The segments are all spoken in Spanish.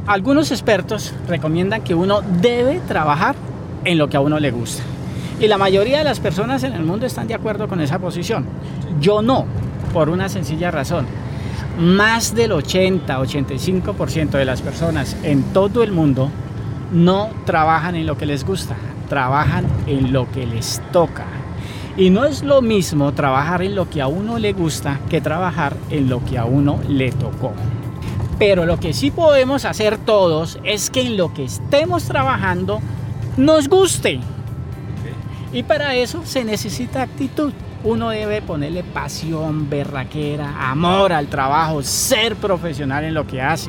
Algunos expertos recomiendan que uno debe trabajar en lo que a uno le gusta. Y la mayoría de las personas en el mundo están de acuerdo con esa posición. Yo no, por una sencilla razón. Más del 80-85% de las personas en todo el mundo no trabajan en lo que les gusta, trabajan en lo que les toca. Y no es lo mismo trabajar en lo que a uno le gusta que trabajar en lo que a uno le tocó. Pero lo que sí podemos hacer todos es que en lo que estemos trabajando nos guste. Y para eso se necesita actitud. Uno debe ponerle pasión, berraquera, amor al trabajo, ser profesional en lo que hace.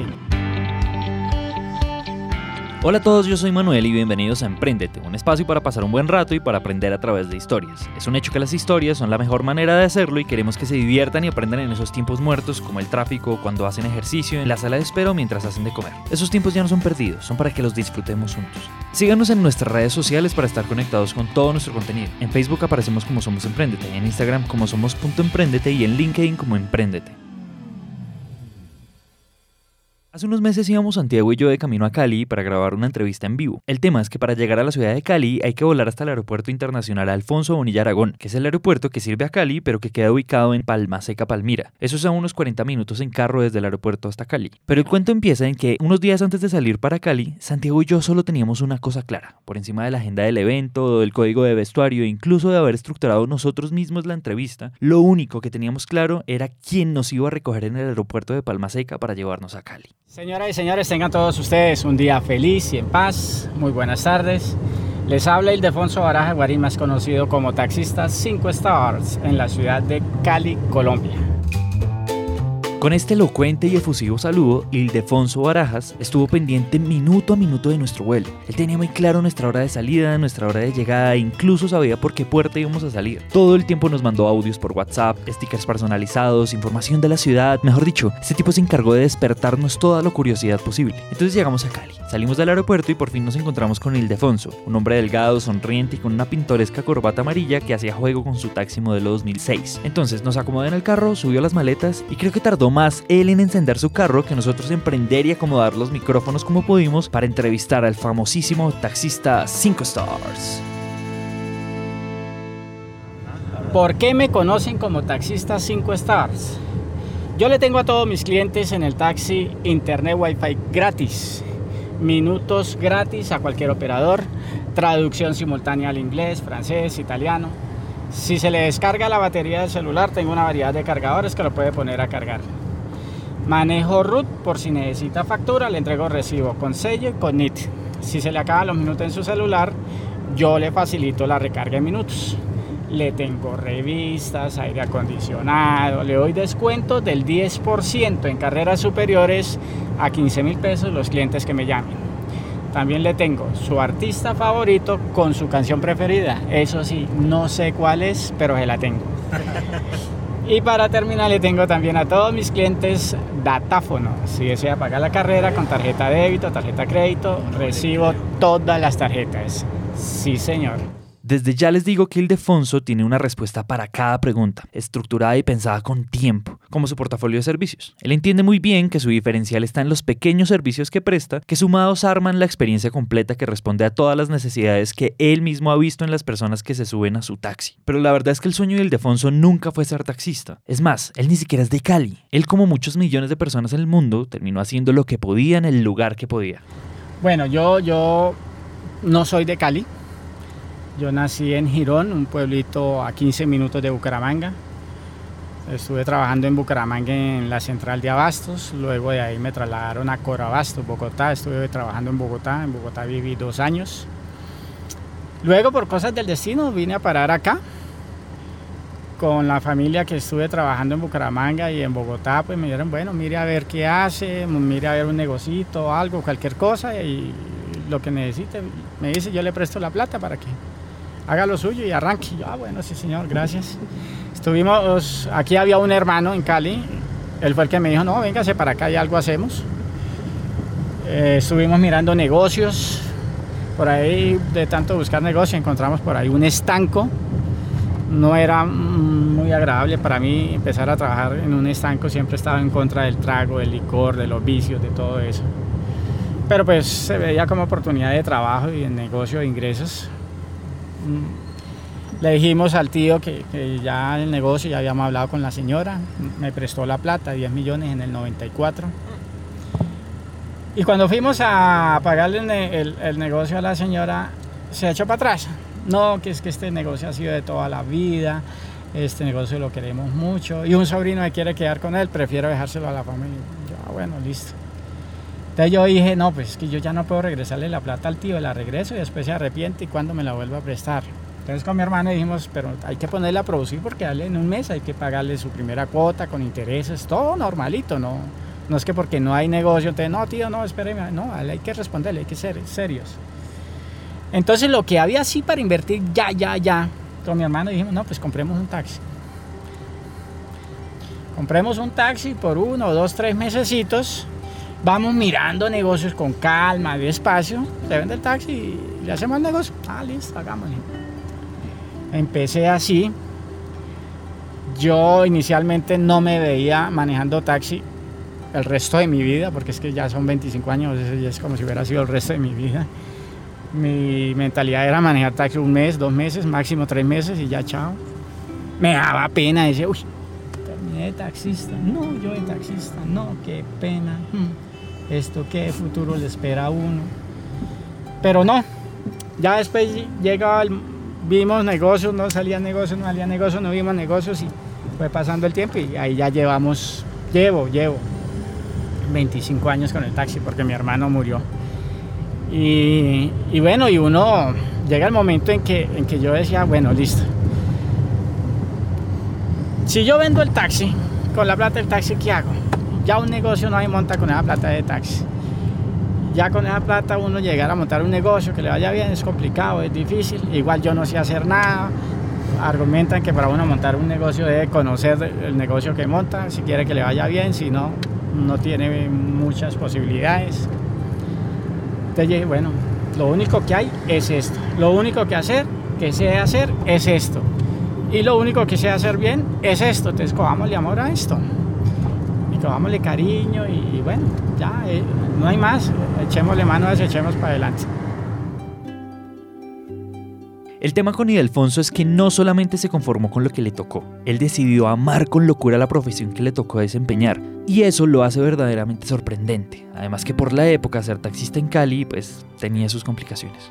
Hola a todos, yo soy Manuel y bienvenidos a Emprendete, un espacio para pasar un buen rato y para aprender a través de historias. Es un hecho que las historias son la mejor manera de hacerlo y queremos que se diviertan y aprendan en esos tiempos muertos como el tráfico, cuando hacen ejercicio, en la sala de espera o mientras hacen de comer. Esos tiempos ya no son perdidos, son para que los disfrutemos juntos. Síganos en nuestras redes sociales para estar conectados con todo nuestro contenido. En Facebook aparecemos como Somos Emprendete, en Instagram como Somos.emprendete y en LinkedIn como Emprendete. Hace unos meses íbamos Santiago y yo de camino a Cali para grabar una entrevista en vivo. El tema es que para llegar a la ciudad de Cali hay que volar hasta el aeropuerto internacional Alfonso Bonilla Aragón, que es el aeropuerto que sirve a Cali pero que queda ubicado en Palma Seca, Palmira. Eso es a unos 40 minutos en carro desde el aeropuerto hasta Cali. Pero el cuento empieza en que unos días antes de salir para Cali, Santiago y yo solo teníamos una cosa clara. Por encima de la agenda del evento, del código de vestuario e incluso de haber estructurado nosotros mismos la entrevista, lo único que teníamos claro era quién nos iba a recoger en el aeropuerto de Palma Seca para llevarnos a Cali. Señoras y señores, tengan todos ustedes un día feliz y en paz. Muy buenas tardes. Les habla Ildefonso Barajas Guarín, más conocido como Taxista 5 Stars, en la ciudad de Cali, Colombia. Con este elocuente y efusivo saludo, Ildefonso Barajas estuvo pendiente minuto a minuto de nuestro vuelo. Él tenía muy claro nuestra hora de salida, nuestra hora de llegada e incluso sabía por qué puerta íbamos a salir. Todo el tiempo nos mandó audios por WhatsApp, stickers personalizados, información de la ciudad. Mejor dicho, este tipo se encargó de despertarnos toda la curiosidad posible. Entonces llegamos a Cali, salimos del aeropuerto y por fin nos encontramos con Ildefonso, un hombre delgado, sonriente y con una pintoresca corbata amarilla que hacía juego con su taxi modelo 2006. Entonces nos acomodó en el carro, subió las maletas y creo que tardó más él en encender su carro que nosotros en prender y acomodar los micrófonos como pudimos para entrevistar al famosísimo Taxista 5 Stars. ¿Por qué me conocen como Taxista 5 Stars? Yo le tengo a todos mis clientes en el taxi internet Wi-Fi gratis, minutos gratis a cualquier operador, traducción simultánea al inglés, francés, italiano. Si se le descarga la batería del celular, tengo una variedad de cargadores que lo puede poner a cargar. Manejo RUT, por si necesita factura, le entrego recibo con sello y con NIT. Si se le acaban los minutos en su celular, yo le facilito la recarga en minutos. Le tengo revistas, aire acondicionado, le doy descuento del 10% en carreras superiores a 15,000 pesos los clientes que me llamen. También le tengo su artista favorito con su canción preferida. Eso sí, no sé cuál es, pero se la tengo. Y para terminar le tengo también a todos mis clientes datáfono. Si desea pagar la carrera con tarjeta débito, tarjeta crédito, recibo todas las tarjetas. Sí, señor. Desde ya les digo que Ildefonso tiene una respuesta para cada pregunta, estructurada y pensada con tiempo, como su portafolio de servicios. Él entiende muy bien que su diferencial está en los pequeños servicios que presta, que sumados arman la experiencia completa que responde a todas las necesidades que él mismo ha visto en las personas que se suben a su taxi. Pero la verdad es que el sueño de Ildefonso nunca fue ser taxista. Es más, él ni siquiera es de Cali. Él, como muchos millones de personas en el mundo, terminó haciendo lo que podía en el lugar que podía. Bueno, yo no soy de Cali. Yo nací en Girón, un pueblito a 15 minutos de Bucaramanga. Estuve trabajando en Bucaramanga en la central de abastos, luego de ahí me trasladaron a Corabastos, Bogotá. Estuve trabajando en Bogotá viví 2 años. Luego, por cosas del destino, vine a parar acá. Con la familia que estuve trabajando en Bucaramanga y en Bogotá, pues me dijeron, bueno, mire a ver qué hace, mire a ver un negocito, algo, cualquier cosa, y lo que necesite, me dice, yo le presto la plata para que haga lo suyo y arranque. Yo, bueno, sí señor, gracias. Estuvimos, aquí había un hermano en Cali, él fue el que me dijo, no, véngase para acá y algo hacemos. Estuvimos mirando negocios, por ahí de tanto buscar negocios encontramos por ahí un estanco. No era muy agradable para mí empezar a trabajar en un estanco, siempre estaba en contra del trago, del licor, de los vicios, de todo eso. pero pues se veía como oportunidad de trabajo y de negocio de ingresos. Le dijimos al tío que ya el negocio, ya habíamos hablado con la señora, me prestó la plata, 10 millones en el 94. Y cuando fuimos a pagarle el negocio a la señora, se echó para atrás. No, que es que este negocio ha sido de toda la vida, este negocio lo queremos mucho, y un sobrino me quiere quedar con él, prefiero dejárselo a la familia. Yo, bueno, listo. Entonces yo dije, no, pues es que yo ya no puedo regresarle la plata al tío, la regreso y después se arrepiente y cuando me la vuelva a prestar. Entonces con mi hermano dijimos, pero hay que ponerla a producir porque en un mes hay que pagarle su primera cuota con intereses, todo normalito, no es que porque no hay negocio, entonces no tío, no, espéreme, no, hay que responderle, hay que ser serios. Entonces lo que había así para invertir ya, con mi hermano dijimos, no, pues compremos un taxi. Compremos un taxi por 1, 2, 3 mesecitos, vamos mirando negocios con calma, despacio, te vende el taxi y le hacemos el negocio. Ah, listo, hagámoslo. Empecé así. Yo inicialmente no me veía manejando taxi el resto de mi vida, porque es que ya son 25 años, ya es como si hubiera sido el resto de mi vida. Mi mentalidad era manejar taxi 1 mes, 2 meses, máximo 3 meses y ya chao. Me daba pena, decía, uy, terminé de taxista. No, yo de taxista, no, qué pena. Esto qué futuro le espera a uno. Pero no, ya después llegaba vimos negocios, no salían negocios, no vimos negocios y fue pasando el tiempo y ahí ya llevo 25 años con el taxi porque mi hermano murió. Y bueno, y uno llega el momento en que yo decía, bueno, listo. Si yo vendo el taxi, con la plata del taxi, ¿qué hago? Ya un negocio no hay monta con esa plata de taxi. Ya con esa plata uno llegar a montar un negocio que le vaya bien es complicado, es difícil. Igual yo no sé hacer nada. Argumentan que para uno montar un negocio debe conocer el negocio que monta, si quiere que le vaya bien, si no, no tiene muchas posibilidades. Entonces dije, bueno, lo único que hay es esto. Lo único que sé hacer es esto. Y lo único que sé hacer bien es esto. Entonces cojámosle amor a esto. Y cojámosle cariño y bueno, ya, no hay más. Echémosle mano, echemos para adelante. El tema con Ildefonso es que no solamente se conformó con lo que le tocó, él decidió amar con locura la profesión que le tocó desempeñar, y eso lo hace verdaderamente sorprendente, además que por la época ser taxista en Cali pues tenía sus complicaciones.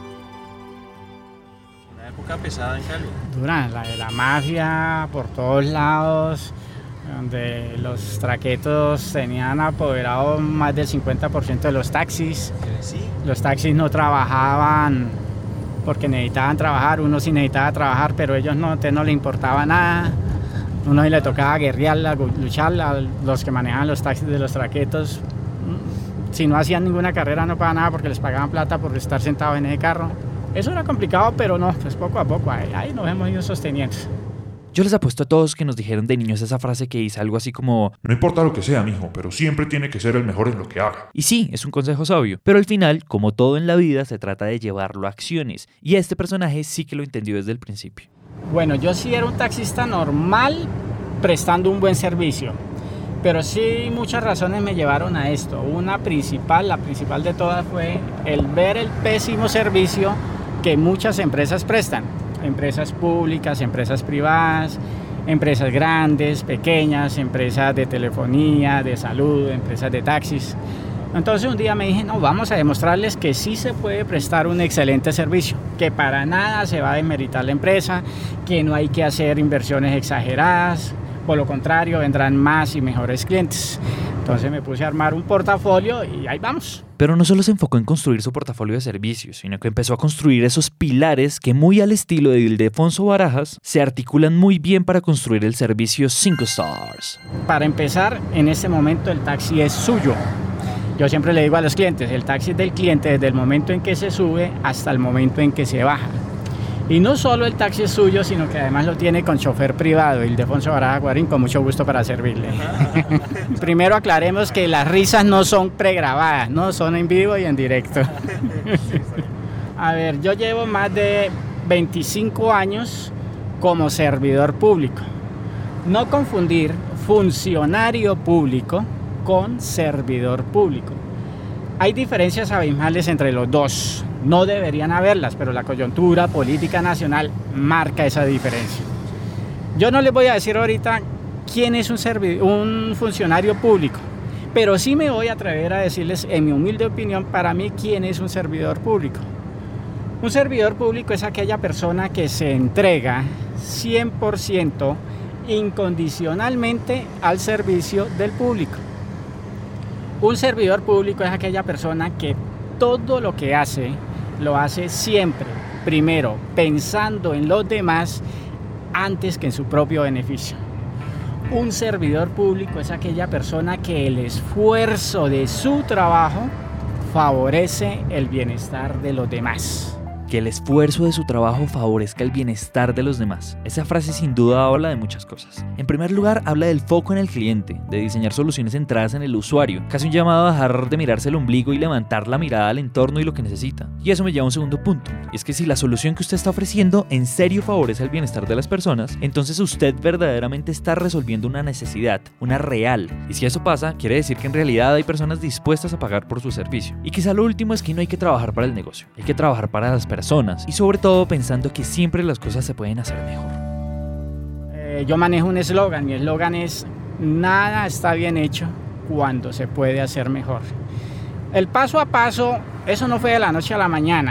Una época pesada en Cali. Dura, la de la mafia por todos lados, donde los traquetos tenían apoderado más del 50% de los taxis. ¿Sí? Los taxis no trabajaban porque necesitaban trabajar, uno sí necesitaba trabajar, pero ellos no les importaba nada. Uno sí le tocaba guerrearla, lucharla. Los que manejaban los taxis de los traquetos, si no hacían ninguna carrera no pagaban nada porque les pagaban plata por estar sentados en ese carro. Eso era complicado, pero no, pues poco a poco, ahí nos hemos ido sosteniendo. Yo les apuesto a todos que nos dijeron de niños esa frase que dice algo así como: no importa lo que sea, mijo, pero siempre tiene que ser el mejor en lo que haga. Y sí, es un consejo sabio, pero al final, como todo en la vida, se trata de llevarlo a acciones. Y este personaje sí que lo entendió desde el principio. Bueno, yo sí era un taxista normal prestando un buen servicio, pero sí muchas razones me llevaron a esto. La principal de todas fue el ver el pésimo servicio que muchas empresas prestan. Empresas públicas, empresas privadas, empresas grandes, pequeñas, empresas de telefonía, de salud, empresas de taxis. Entonces un día me dije, no, vamos a demostrarles que sí se puede prestar un excelente servicio, que para nada se va a demeritar la empresa, que no hay que hacer inversiones exageradas, por lo contrario vendrán más y mejores clientes. Entonces me puse a armar un portafolio y ahí vamos. Pero no solo se enfocó en construir su portafolio de servicios, sino que empezó a construir esos pilares que, muy al estilo de Ildefonso Barajas, se articulan muy bien para construir el servicio 5 Stars. Para empezar, en este momento el taxi es suyo. Yo siempre le digo a los clientes, el taxi es del cliente desde el momento en que se sube hasta el momento en que se baja. Y no solo el taxi es suyo, sino que además lo tiene con chofer privado, Ildefonso Barajas Guarín, con mucho gusto para servirle. Primero aclaremos que las risas no son pregrabadas, no son en vivo y en directo. A ver, yo llevo más de 25 años como servidor público. No confundir funcionario público con servidor público. Hay diferencias abismales entre los dos. No deberían haberlas, pero la coyuntura política nacional marca esa diferencia. Yo no les voy a decir ahorita quién es un funcionario público, pero sí me voy a atrever a decirles, en mi humilde opinión, para mí, quién es un servidor público. Un servidor público es aquella persona que se entrega 100% incondicionalmente al servicio del público. Un servidor público es aquella persona que todo lo que hace, lo hace siempre, primero, pensando en los demás antes que en su propio beneficio. Un servidor público es aquella persona que el esfuerzo de su trabajo favorece el bienestar de los demás. Que el esfuerzo de su trabajo favorezca el bienestar de los demás. Esa frase sin duda habla de muchas cosas. En primer lugar, habla del foco en el cliente, de diseñar soluciones centradas en el usuario, casi un llamado a dejar de mirarse el ombligo y levantar la mirada al entorno y lo que necesita. Y eso me lleva a un segundo punto, y es que si la solución que usted está ofreciendo en serio favorece el bienestar de las personas, entonces usted verdaderamente está resolviendo una necesidad, una real. Y si eso pasa, quiere decir que en realidad hay personas dispuestas a pagar por su servicio. Y quizá lo último es que no hay que trabajar para el negocio, hay que trabajar para las personas y sobre todo pensando que siempre las cosas se pueden hacer mejor. Yo manejo un eslogan, mi eslogan es: nada está bien hecho cuando se puede hacer mejor. El paso a paso, eso no fue de la noche a la mañana.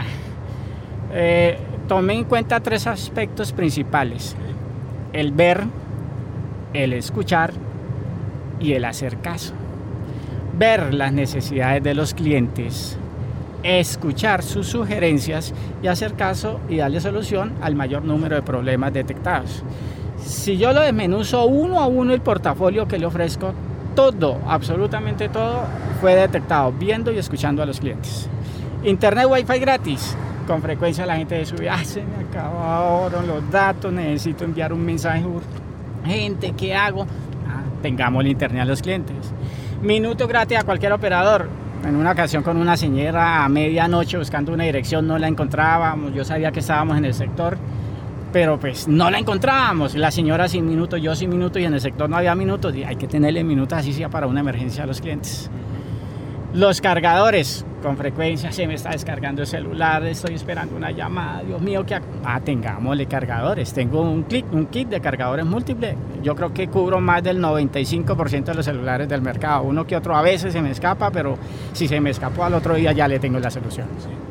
Tomé en cuenta 3 aspectos principales: el ver, el escuchar y el hacer caso. Ver las necesidades de los clientes, escuchar sus sugerencias y hacer caso y darle solución al mayor número de problemas detectados. Si yo lo desmenuzo uno a uno el portafolio que le ofrezco, todo, absolutamente todo, fue detectado viendo y escuchando a los clientes. Internet Wi-Fi gratis. Con frecuencia la gente sube: se me acabaron los datos, necesito enviar un mensaje urgente, ¿qué hago? Tengamos el internet a los clientes. Minuto gratis a cualquier operador. En una ocasión con una señora a medianoche buscando una dirección, no la encontrábamos. Yo sabía que estábamos en el sector, pero pues no la encontrábamos. La señora sin minutos, yo sin minutos, y en el sector no había minutos. Y hay que tenerle minutos, así sea para una emergencia a los clientes. Los cargadores, con frecuencia se me está descargando el celular, estoy esperando una llamada, Dios mío, ¿qué hago? Tengámosle cargadores. Tengo un kit de cargadores múltiples. Yo creo que cubro más del 95% de los celulares del mercado. Uno que otro a veces se me escapa, pero si se me escapó al otro día ya le tengo la solución.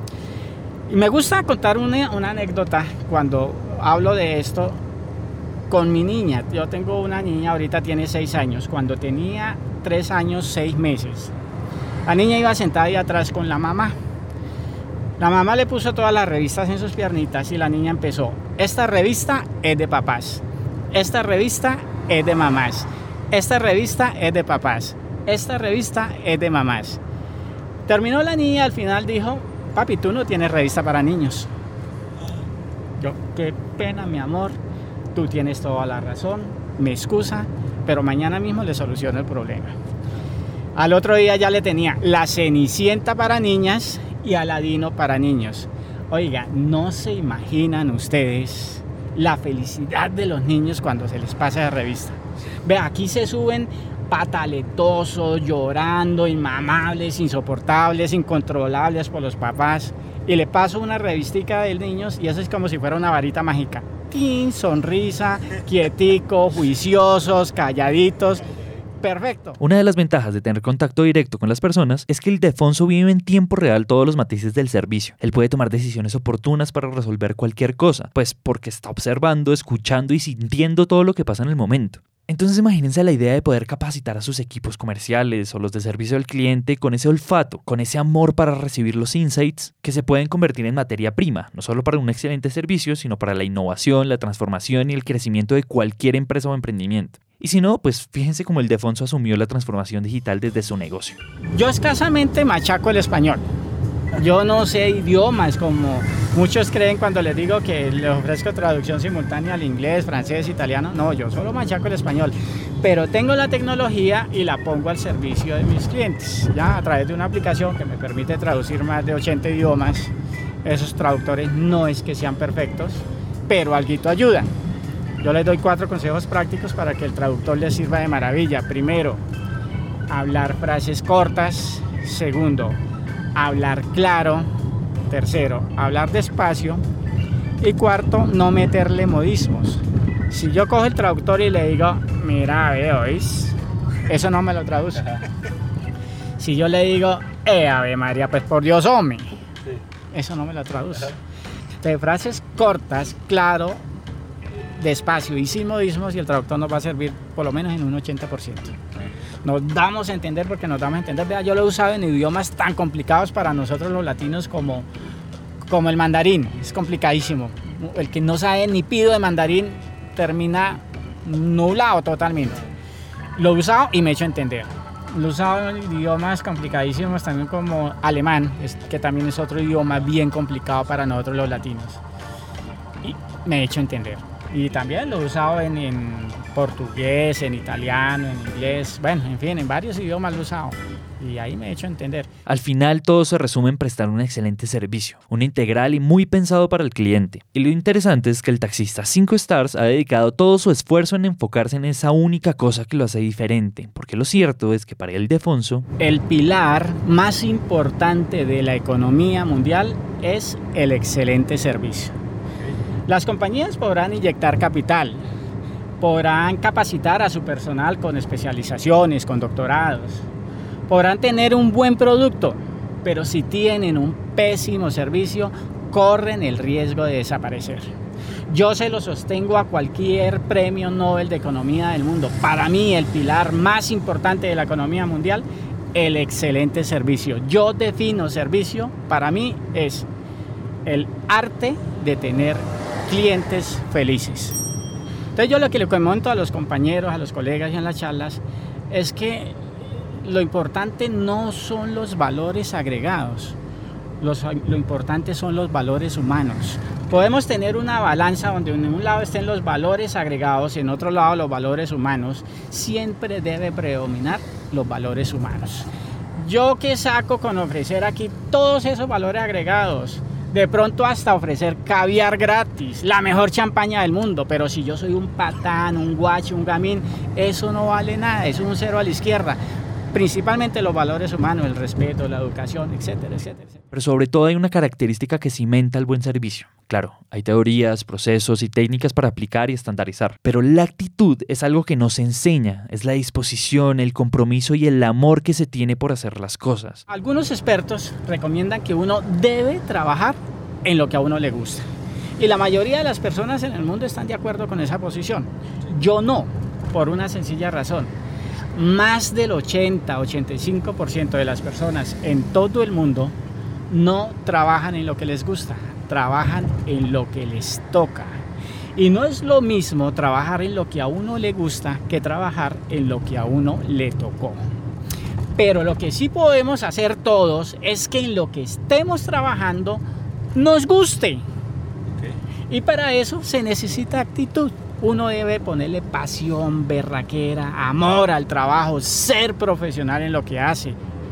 Y me gusta contar una anécdota cuando hablo de esto con mi niña. Yo tengo una niña, ahorita tiene 6 años. Cuando tenía 3 años, 6 meses, la niña iba sentada ahí atrás con la mamá. La mamá le puso todas las revistas en sus piernitas y la niña empezó: esta revista es de papás, esta revista es de mamás, esta revista es de papás, esta revista es de mamás. Terminó la niña, al final dijo: papi, tú no tienes revista para niños. Yo: qué pena, mi amor, tú tienes toda la razón, me excusa, pero mañana mismo le soluciono el problema. Al otro día ya le tenía La Cenicienta para niñas y Aladino para niños. Oiga, no se imaginan ustedes la felicidad de los niños cuando se les pasa de revista. Ve, aquí se suben pataletosos, llorando, inmamables, insoportables, incontrolables por los papás. Y le paso una revistica de niños y eso es como si fuera una varita mágica. ¡Tin! Sonrisa, quietico, juiciosos, calladitos. Perfecto. Una de las ventajas de tener contacto directo con las personas es que el Ildefonso vive en tiempo real todos los matices del servicio. Él puede tomar decisiones oportunas para resolver cualquier cosa, pues porque está observando, escuchando y sintiendo todo lo que pasa en el momento. Entonces imagínense la idea de poder capacitar a sus equipos comerciales o los de servicio al cliente con ese olfato, con ese amor para recibir los insights que se pueden convertir en materia prima, no solo para un excelente servicio, sino para la innovación, la transformación y el crecimiento de cualquier empresa o emprendimiento. Y si no, pues fíjense cómo Ildefonso asumió la transformación digital desde su negocio. Yo escasamente machaco el español. Yo no sé idiomas como muchos creen cuando les digo que les ofrezco traducción simultánea al inglés, francés, italiano. No, yo solo machaco el español. Pero tengo la tecnología y la pongo al servicio de mis clientes, ya a través de una aplicación que me permite traducir más de 80 idiomas. Esos traductores no es que sean perfectos, pero alguito ayudan. Yo les doy 4 consejos prácticos para que el traductor les sirva de maravilla. Primero, hablar frases cortas. Segundo, hablar claro. Tercero, hablar despacio. Y cuarto, no meterle modismos. Si yo cojo el traductor y le digo, mira, ¿oís? Eso no me lo traduce. Si yo le digo, Ave María, pues por Dios, hombre. Eso no me lo traduce. De frases cortas, claro, despacio y sin modismos, y el traductor nos va a servir por lo menos en un 80%. Nos damos a entender porque nos damos a entender. Vea, yo lo he usado en idiomas tan complicados para nosotros los latinos como el mandarín. Es complicadísimo. El que no sabe ni pido de mandarín termina nublado totalmente. Lo he usado y me he hecho entender. Lo he usado en idiomas complicadísimos también como alemán, que también es otro idioma bien complicado para nosotros los latinos. Y me he hecho entender. Y también lo he usado en portugués, en italiano, en inglés, bueno, en fin, en varios idiomas lo he usado. Y ahí me he hecho entender. Al final todo se resume en prestar un excelente servicio, un integral y muy pensado para el cliente. Y lo interesante es que el taxista 5 Stars ha dedicado todo su esfuerzo en enfocarse en esa única cosa que lo hace diferente, porque lo cierto es que para Ildefonso, el pilar más importante de la economía mundial es el excelente servicio. Las compañías podrán inyectar capital, podrán capacitar a su personal con especializaciones, con doctorados, podrán tener un buen producto, pero si tienen un pésimo servicio, corren el riesgo de desaparecer. Yo se lo sostengo a cualquier premio Nobel de Economía del mundo. Para mí, el pilar más importante de la economía mundial, el excelente servicio. Yo defino servicio, para mí es el arte de tener clientes felices. Entonces yo lo que le comento a los compañeros, a los colegas y en las charlas es que lo importante no son los valores agregados, lo importante son los valores humanos. Podemos tener una balanza donde en un lado estén los valores agregados y en otro lado los valores humanos. Siempre debe predominar los valores humanos. Yo que saco con ofrecer aquí todos esos valores agregados, de pronto hasta ofrecer caviar gratis, la mejor champaña del mundo, pero si yo soy un patán, un guacho, un gamín, eso no vale nada, eso es un cero a la izquierda. Principalmente los valores humanos, el respeto, la educación, etcétera, etcétera, etcétera. Pero sobre todo hay una característica que cimenta el buen servicio. Claro, hay teorías, procesos y técnicas para aplicar y estandarizar, pero la actitud es algo que no se enseña, es la disposición, el compromiso y el amor que se tiene por hacer las cosas. Algunos expertos recomiendan que uno debe trabajar en lo que a uno le gusta. Y la mayoría de las personas en el mundo están de acuerdo con esa posición. Yo no, por una sencilla razón. Más del 80-85% de las personas en todo el mundo no trabajan en lo que les gusta, trabajan en lo que les toca. Y no es lo mismo trabajar en lo que a uno le gusta que trabajar en lo que a uno le tocó. Pero lo que sí podemos hacer todos es que en lo que estemos trabajando nos guste. Y para eso se necesita actitud. Uno debe ponerle pasión, berraquera, amor al trabajo, ser profesional en lo que hace.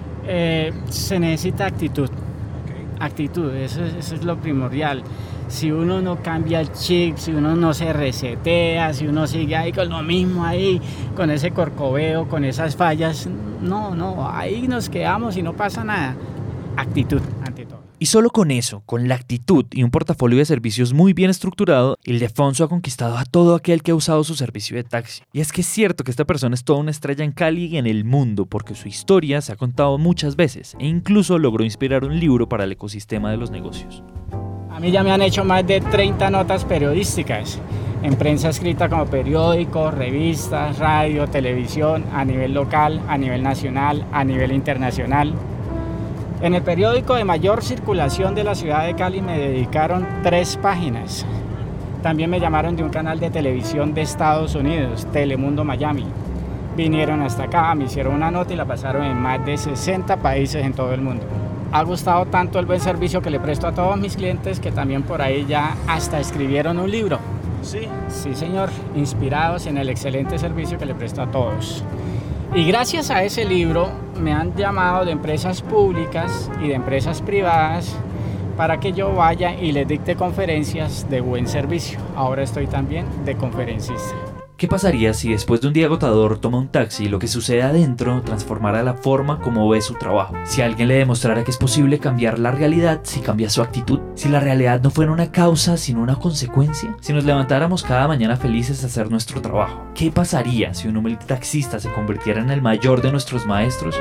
Se necesita actitud. Actitud, eso es lo primordial. Si uno no cambia el chip, si uno no se resetea, si uno sigue ahí con lo mismo ahí, con ese corcoveo, con esas fallas, no, ahí nos quedamos y no pasa nada. Actitud, ante todo. Y solo con eso, con la actitud y un portafolio de servicios muy bien estructurado, Ildefonso ha conquistado a todo aquel que ha usado su servicio de taxi. Y es que es cierto que esta persona es toda una estrella en Cali y en el mundo, porque su historia se ha contado muchas veces e incluso logró inspirar un libro para el ecosistema de los negocios. A mí ya me han hecho más de 30 notas periodísticas, en prensa escrita como periódicos, revistas, radio, televisión, a nivel local, a nivel nacional, a nivel internacional. En el periódico de mayor circulación de la ciudad de Cali me dedicaron 3 páginas. También me llamaron de un canal de televisión de Estados Unidos, Telemundo Miami. Vinieron hasta acá, me hicieron una nota y la pasaron en más de 60 países en todo el mundo. Ha gustado tanto el buen servicio que le presto a todos mis clientes que también por ahí ya hasta escribieron un libro. Sí, señor, inspirados en el excelente servicio que le presto a todos. Y gracias a ese libro me han llamado de empresas públicas y de empresas privadas para que yo vaya y les dicte conferencias de buen servicio. Ahora estoy también de conferencista. ¿Qué pasaría si después de un día agotador toma un taxi y lo que sucede adentro transformara la forma como ve su trabajo? Si alguien le demostrara que es posible cambiar la realidad si cambia su actitud, si la realidad no fuera una causa sino una consecuencia, si nos levantáramos cada mañana felices a hacer nuestro trabajo, ¿qué pasaría si un humilde taxista se convirtiera en el mayor de nuestros maestros?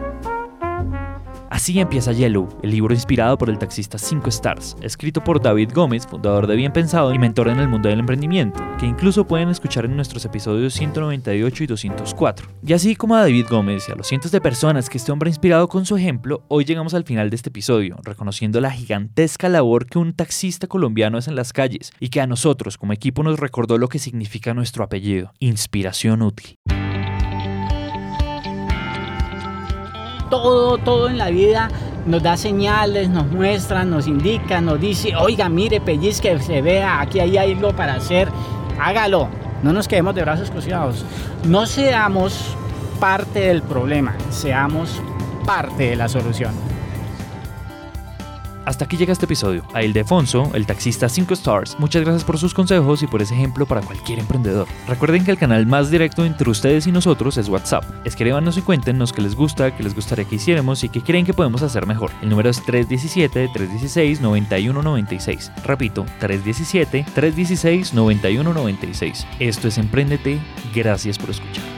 Así empieza Yellow, el libro inspirado por el taxista 5 Stars, escrito por David Gómez, fundador de Bien Pensado y mentor en el mundo del emprendimiento, que incluso pueden escuchar en nuestros episodios 198 y 204. Y así como a David Gómez y a los cientos de personas que este hombre ha inspirado con su ejemplo, hoy llegamos al final de este episodio, reconociendo la gigantesca labor que un taxista colombiano hace en las calles y que a nosotros como equipo nos recordó lo que significa nuestro apellido, inspiración útil. Todo en la vida nos da señales, nos muestra, nos indica, nos dice, oiga, mire, pellizque, se vea, aquí hay algo para hacer, hágalo. No nos quedemos de brazos cruzados. No seamos parte del problema, seamos parte de la solución. Hasta aquí llega este episodio. A Ildefonso, el taxista 5 Stars, muchas gracias por sus consejos y por ese ejemplo para cualquier emprendedor. Recuerden que el canal más directo entre ustedes y nosotros es WhatsApp. Escríbanos y cuéntenos qué les gusta, qué les gustaría que hiciéramos y qué creen que podemos hacer mejor. El número es 317-316-9196. Repito, 317-316-9196. Esto es Emprendete. Gracias por escuchar.